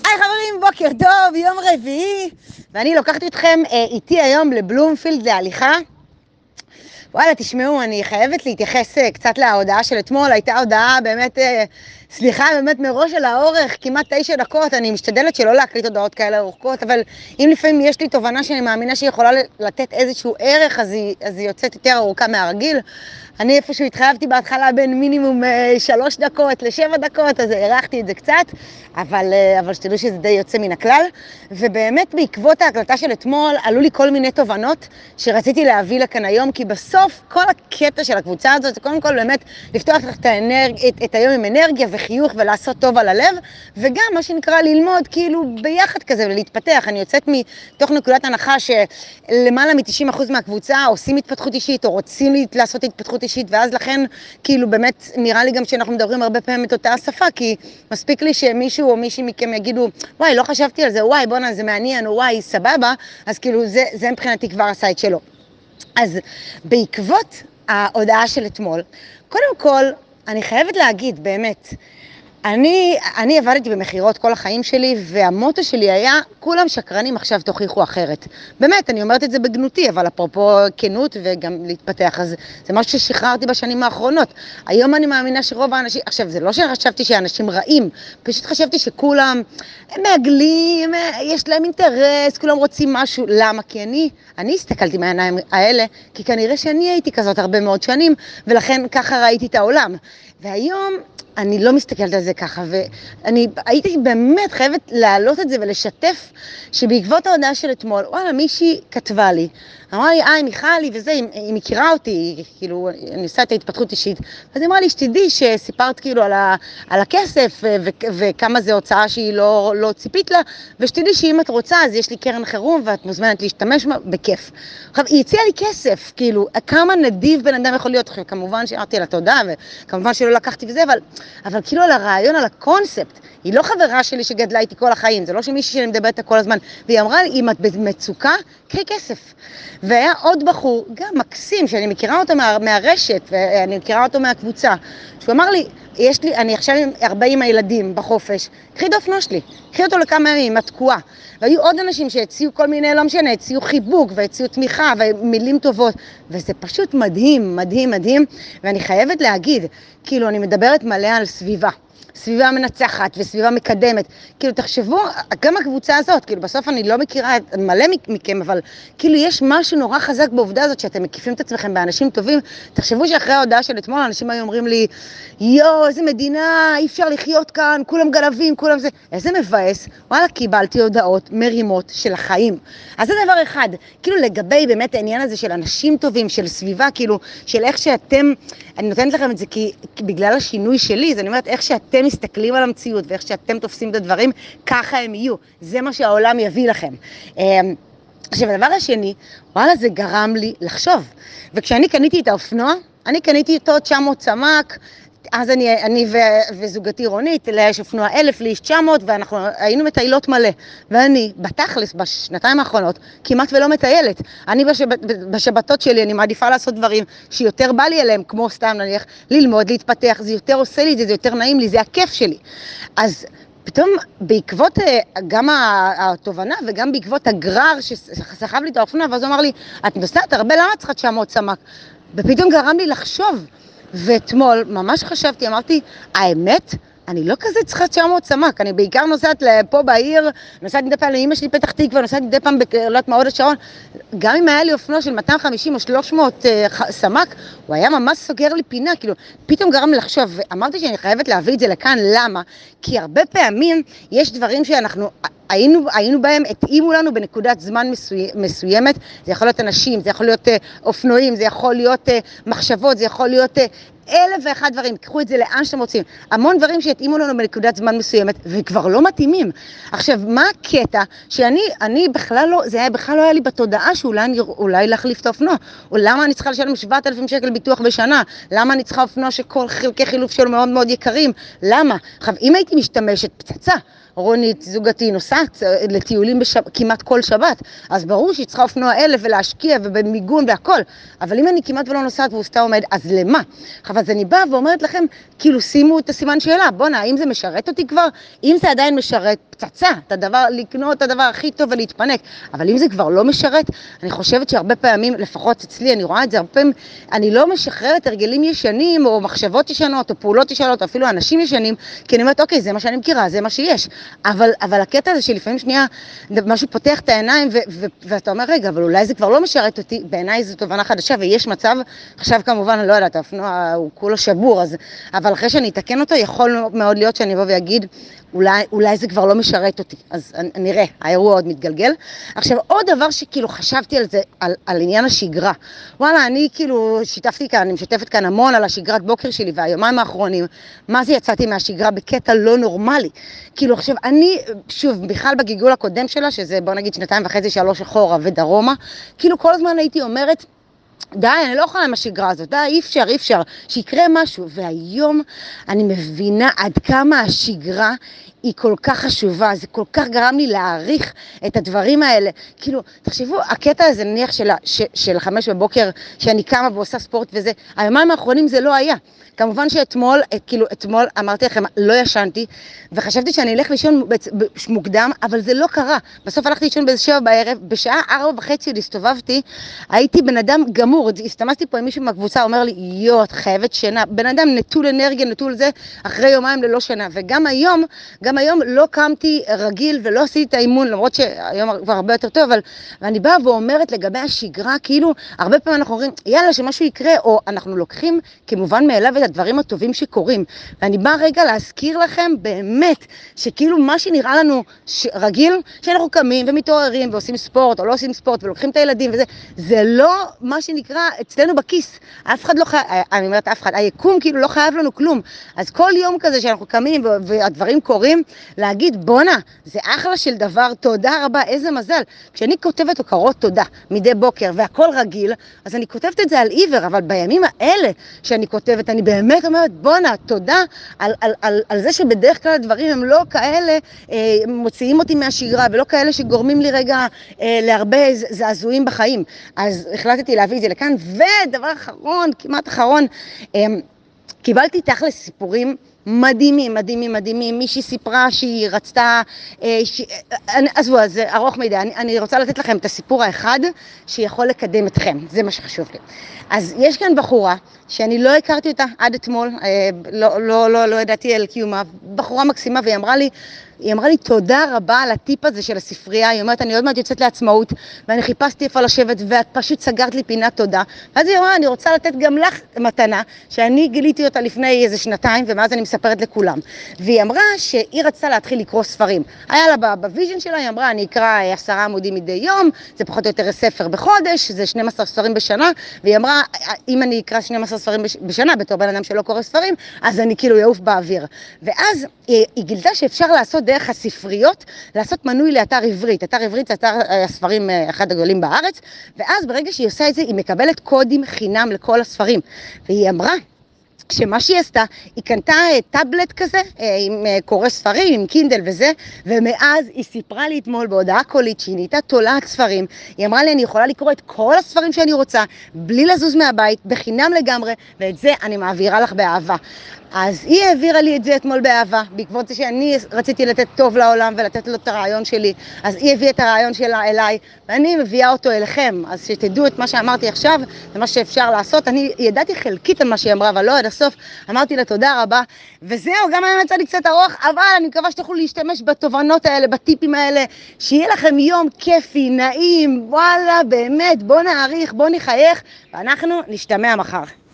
היי חברים, בוקר טוב, יום רביעי, ואני לוקחת אתכם איתי היום לבלומפילד להליכה. וואלה, תשמעו, אני חייבת להתייחס קצת להודעה של אתמול. הייתה הודעה באמת, סליחה באמת מראש על האורך, כמעט 9 דקות. אני משתדלת שלא להקליט הודעות כאלה ארוכות, אבל אם לפעמים יש לי תובנה שאני מאמינה שהיא יכולה לתת איזשהו ערך, אז היא יוצאת יותר ארוכה מהרגיל. אני איפשהו התחייבתי בהתחלה בין מינימום 3 דקות ל7 דקות, אז הערכתי את זה קצת, אבל שתדעו שזה די יוצא מן הכלל. ובאמת בעקבות ההקלטה של אתמול עלו לי כל מיני תובנות שרציתי להביא לכאן היום, כי בסוף כל הקטע של הקבוצה הזאת זה קודם כל באמת לפתוח את היום עם אנרגיה וחיוך ולעשות טוב על הלב, וגם מה שנקרא ללמוד כאילו ביחד כזה ולהתפתח. אני יוצאת מתוך נקודת הנחה שלמעלה מ-90% מהקבוצה עושים התפתחות אישית או רוצים לעשות התפתחות אישית, ואז לכן כאילו באמת נראה לי גם שאנחנו מדברים הרבה פעמים את אותה השפה, כי מספיק לי שמישהו או מישהי מכם יגידו וואי לא חשבתי על זה, וואי בואנה זה מעניין, או וואי סבבה, אז כאילו זה מבחינתי כבר עשה את שלו. אז בעקבות ההודעה של אתמול, קודם כל אני חייבת להגיד באמת, אני עבדתי במחירות כל החיים שלי, והמוטו שלי היה, כולם שקרנים עכשיו תוכיחו אחרת. באמת, אני אומרת את זה בגנותי, אבל אפרופו כנות וגם להתפתח, אז זה משהו ששחררתי בשנים האחרונות. היום אני מאמינה שרוב האנשים, עכשיו זה לא שחשבתי שאנשים רעים, פשוט חשבתי שכולם הם מעגלים, יש להם אינטרס, כולם רוצים משהו. למה? כי אני הסתכלתי מהעיניים האלה, כי כנראה שאני הייתי כזאת הרבה מאוד שנים, ולכן ככה ראיתי את העולם. והיום אני לא מסתכלת על זה ככה, ואני הייתי באמת חייבת להעלות את זה ולשתף שבעקבות ההודעה של אתמול, וואלה, מישהי כתבה לי, אמרה לי, מיכלי וזה, היא מכירה אותי, כאילו, אני עושה את ההתפתחות אישית, אז היא אמרה לי, שתדעי שסיפרת כאילו על הכסף, וכמה זה הוצאה שהיא לא ציפית לה, ושתדעי שאם את רוצה, אז יש לי קרן חירום, ואת מוזמנת להשתמש בכיף. עכשיו, היא הציעה לי כסף, כאילו, כמה נדיב בן אדם יכול להיות, כמובן שאמרתי על התודעה, וכמובן שלא לקחתי וזה, אבל כאילו על הרעיון, על הקונספט, היא לא חברה שלי שגדלה איתי כל החיים, זה לא שמישהי שאני מדברת כל הזמן, והיא אמרה לי, אם את במצוקה, קחי כסף. והיה עוד בחור, גם מקסים, שאני מכירה אותו מהרשת, ואני מכירה אותו מהקבוצה, שהוא אמר לי, אני עכשיו עם 40 הילדים בחופש, קחי את האופנוע שלי, קחי אותו לכמה ימים, התקועה. והיו עוד אנשים שהציעו כל מיני, לא משנה, הציעו חיבוק והציעו תמיכה ומילים טובות, וזה פשוט מדהים, מדהים, מדהים, ואני חייבת להגיד, כאילו אני מדברת מלא על סביבה מנצחת וסביבה מקדמת. כאילו תחשבו, גם הקבוצה הזאת, כאילו בסוף אני לא מכירה מלא מכם, אבל כאילו יש משהו נורא חזק בעובדה הזאת שאתם מקיפים את עצמכם באנשים טובים. תחשבו שאחרי ההודעה של אתמול אנשים היו אומרים לי, איזה מדינה, אי אפשר לחיות כאן, כולם גלבים, כולם זה. איזה מבאס, וואלה, קיבלתי הודעות מרימות של החיים. אז זה דבר אחד, כאילו לגבי באמת העניין הזה של אנשים טובים, של סביבה, כאילו של איך שאתם, אני נותנת לכם את זה כי בגלל השינוי שלי, אז אני אומרת איך שאתם מסתכלים על המציאות ואיך שאתם תופסים את הדברים, ככה הם יהיו. זה מה שהעולם יביא לכם. עכשיו, הדבר השני, וואלה, זה גרם לי לחשוב. וכשאני קניתי את האופנוע, אני קניתי אותו 900 סמ"ק, אז אני וזוגתי רונית, יש אופנוע 1000 לאיש 900, ואנחנו היינו מטיילות מלא. ואני, בתכלס, בשנתיים האחרונות, כמעט ולא מטיילת. אני בשבתות שלי, אני מעדיפה לעשות דברים שיותר בא לי אליהם, כמו סתם נניח, ללמוד, להתפתח, זה יותר עושה לי, זה יותר נעים לי, זה הכיף שלי. אז פתאום בעקבות גם התובנה וגם בעקבות הגרר שסחב לי את האופנוע, ואז הוא אמר לי, את נוסעת הרבה, למה צריכה 900 סמ"ק? ופתאום גרם לי לחשוב. ואתמול ממש חשבתי, אמרתי, האמת, אני לא כזה צריכה 900 סמ"ק, אני בעיקר נוסעת פה בעיר, נוסעת מדי פעם לאמא שלי פתח תקווה, נוסעת מדי פעם בקרלת מהוד השרון, גם אם היה לי אופנוע של 250 או 300 סמ"ק, הוא היה ממש סוגר לי פינה, כאילו, פתאום גרם לי לחשוב, ואמרתי שאני חייבת להביא את זה לכאן, למה? כי הרבה פעמים יש דברים שאנחנו היינו בהם, התאימו לנו בנקודת זמן מסוימת, זה יכול להיות אנשים, זה יכול להיות אופנועים, זה יכול להיות מחשבות, זה יכול להיות 1001 דברים, קחו את זה לאן שאתם רוצים. המון דברים שהתאימו לנו בנקודת זמן מסוימת, וכבר לא מתאימים. עכשיו, מה הקטע שאני בכלל לא, זה היה בכלל לא היה לי בתודעה שאולי להחליף את האופנוע, או למה אני צריכה לשלם 7,000 שקל ביטוח בשנה, למה אני צריכה אופנוע שכל חלקי חילוף שלו מאוד מאוד יקרים, למה? עכשיו, אם הייתי משתמשת פצצה, רונית, זוגתי, נוסעת לטיולים כמעט כל שבת, אז ברור שהיא צריכה אופנוע 1000 ולהשקיע ובמיגון והכל, אבל אם אני כמעט ולא נוסעת והוא סתם עומד, אז למה? אז אני באה ואומרת לכם, כאילו שימו את הסימן שאלה, בוא'נה, האם זה משרת אותי כבר? אם זה עדיין משרת, פצצה, לקנות את הדבר הכי טוב ולהתפנק, אבל אם זה כבר לא משרת, אני חושבת שהרבה פעמים, לפחות אצלי, אני רואה את זה הרבה פעמים, אני לא משחררת הרגלים ישנים, או מחשבות ישנות, או פעולות ישנות, או אפילו אנשים ישנים, כי אני אומרת, אוקיי, זה מה שאני מכירה, זה מה שיש. אבל הקטע הזה שלפעמים שנייה, משהו פותח את העיניים, ואתה אומר, רגע, אבל אולי זה כבר לא משרת אותי, בעיניי זו תובנה חדשה, ויש מצב, עכשיו כמובן, אני לא יודעת, האופנוע הוא כולו שבור, אבל אחרי שאני אתקן אותו, יכול מאוד להיות שאני אבוא ויגיד, אולי זה כבר לא משרת אותי, אז נראה, האירוע עוד מתגלגל. עכשיו, עוד דבר שכאילו חשבתי על זה, על עניין השגרה. וואלה, אני כאילו אני משתפת כאן המון על השגרת בוקר שלי, והיומיים האחרונים, מה זה יצאתי מהשגרה בקטע לא נורמלי. כאילו, עכשיו, אני, שוב, בכלל בגיגול הקודם שלה, שזה בוא נגיד 2.5-3 אחורה ודרומה, כאילו כל הזמן הייתי אומרת, די, אני לא יכולה עם השגרה הזאת, די, אי אפשר, שיקרה משהו. והיום אני מבינה עד כמה השגרה היא כל כך חשובה, זה כל כך גרם לי להעריך את הדברים האלה. כאילו, תחשבו, הקטע הזה נניח של 5 בבוקר, שאני קמה ועושה ספורט וזה, היומיים האחרונים זה לא היה. כמובן שאתמול, אתמול אמרתי לכם, לא ישנתי, וחשבתי שאני אלך לישון מוקדם, אבל זה לא קרה. בסוף הלכתי לישון ב7 בערב, בשעה 4:30 הסתובבתי, הייתי בן אדם גמור, הסתמסתי פה עם מישהו מהקבוצה, אומר לי, את חייבת שינה, בן אדם נטול אנרגיה, נטול זה, אחרי יומיים ללא שינה, וגם היום לא קמתי רגיל ולא עשיתי את האימון, למרות שהיום כבר הרבה יותר טוב, אבל אני באה ואומרת לגבי השגרה, כאילו, הרבה פעמים אנחנו אומרים, יאללה, שמשהו יקרה, או אנחנו לוקחים כמובן מאליו את הדברים הטובים שקורים. ואני באה רגע להזכיר לכם באמת, שכאילו מה שנראה לנו רגיל, שאנחנו קמים ומתעוררים ועושים ספורט, או לא עושים ספורט, ולוקחים את הילדים וזה, זה לא מה שנקרא אצלנו בכיס. אף אחד לא חייב, אני אומרת אף אחד, היקום כאילו לא חייב לנו כלום. אז כל יום כזה שאנחנו קמים והדברים קורים, להגיד בונה, זה אחלה של דבר, תודה רבה, איזה מזל. כשאני כותבת הוקרות תודה מדי בוקר והכל רגיל, אז אני כותבת את זה על עיוור, אבל בימים האלה שאני כותבת, אני באמת אומרת בונה, תודה על זה שבדרך כלל הדברים הם לא כאלה מוציאים אותי מהשגרה, ולא כאלה שגורמים לי רגע להרבה זעזועים בחיים. אז החלטתי להביא את זה לכאן, ודבר אחרון, כמעט אחרון, קיבלתי תכלס סיפורים מדהימים, מישהי סיפרה שהיא רצתה, עזבו, אז זה ארוך מידי, אני רוצה לתת לכם את הסיפור האחד שיכול לקדם אתכם, זה מה שחשוב לי. אז יש כאן בחורה שאני לא הכרתי אותה עד אתמול, לא ידעתי על קיומה, בחורה מקסימה, והיא אמרה לי תודה רבה על הטיפ הזה של הספרייה. היא אומרת, אני עוד מעט יוצאת לעצמאות, ואני חיפשתי איפה לשבת, ואת פשוט סגרת לי פינת תודה. ואז היא אמרה, אני רוצה לתת גם לך מתנה, שאני גיליתי אותה לפני איזה 2 ומאז אני מספרת לכולם. והיא אמרה שהיא רצתה להתחיל לקרוא ספרים. היה לה בוויז'ן שלה, היא אמרה, אני אקרא 10 עמודים מדי יום, זה פחות או יותר ספר בחודש, זה 12 ספרים בשנה, והיא אמרה, אם אני אקרא 12 ספרים בשנה, בתור בן אדם שלא קורא ספרים, אז אני כאילו יעוף באוויר. ואז היא גילתה שאפשר לעשות דרך הספריות, לעשות מנוי לאתר עברית. אתר עברית זה אתר הספרים אחד הגדולים בארץ, ואז ברגע שהיא עושה את זה, היא מקבלת קודים חינם לכל הספרים. והיא אמרה, שמה שהיא עשתה, היא קנתה טאבלט כזה, עם קורא ספרים, עם קינדל וזה, ומאז היא סיפרה לי אתמול בהודעה קולית שהיא נהייתה תולעת ספרים. היא אמרה לי, אני יכולה לקרוא את כל הספרים שאני רוצה, בלי לזוז מהבית, בחינם לגמרי, ואת זה אני מעבירה לך באהבה. אז היא העבירה לי את זה אתמול באהבה, בעקבות זה שאני רציתי לתת טוב לעולם ולתת לו את הרעיון שלי, אז היא הביאה את הרעיון שלה אליי, ואני מביאה אותו אליכם, אז שתדעו את מה שאמרתי עכשיו, ומה שאפשר לעשות. אני ידעתי חלקית על מה שהיא אמרה, אבל לא עד הסוף, אמרתי לה תודה רבה, וזהו, גם היום יצא לי קצת ארוך, אבל אני מקווה שתוכלו להשתמש בתובנות האלה, בטיפים האלה, שיהיה לכם יום כיפי, נעים, וואלה, באמת, בוא נעריך, בוא נחייך, ואנחנו נשתמע מחר.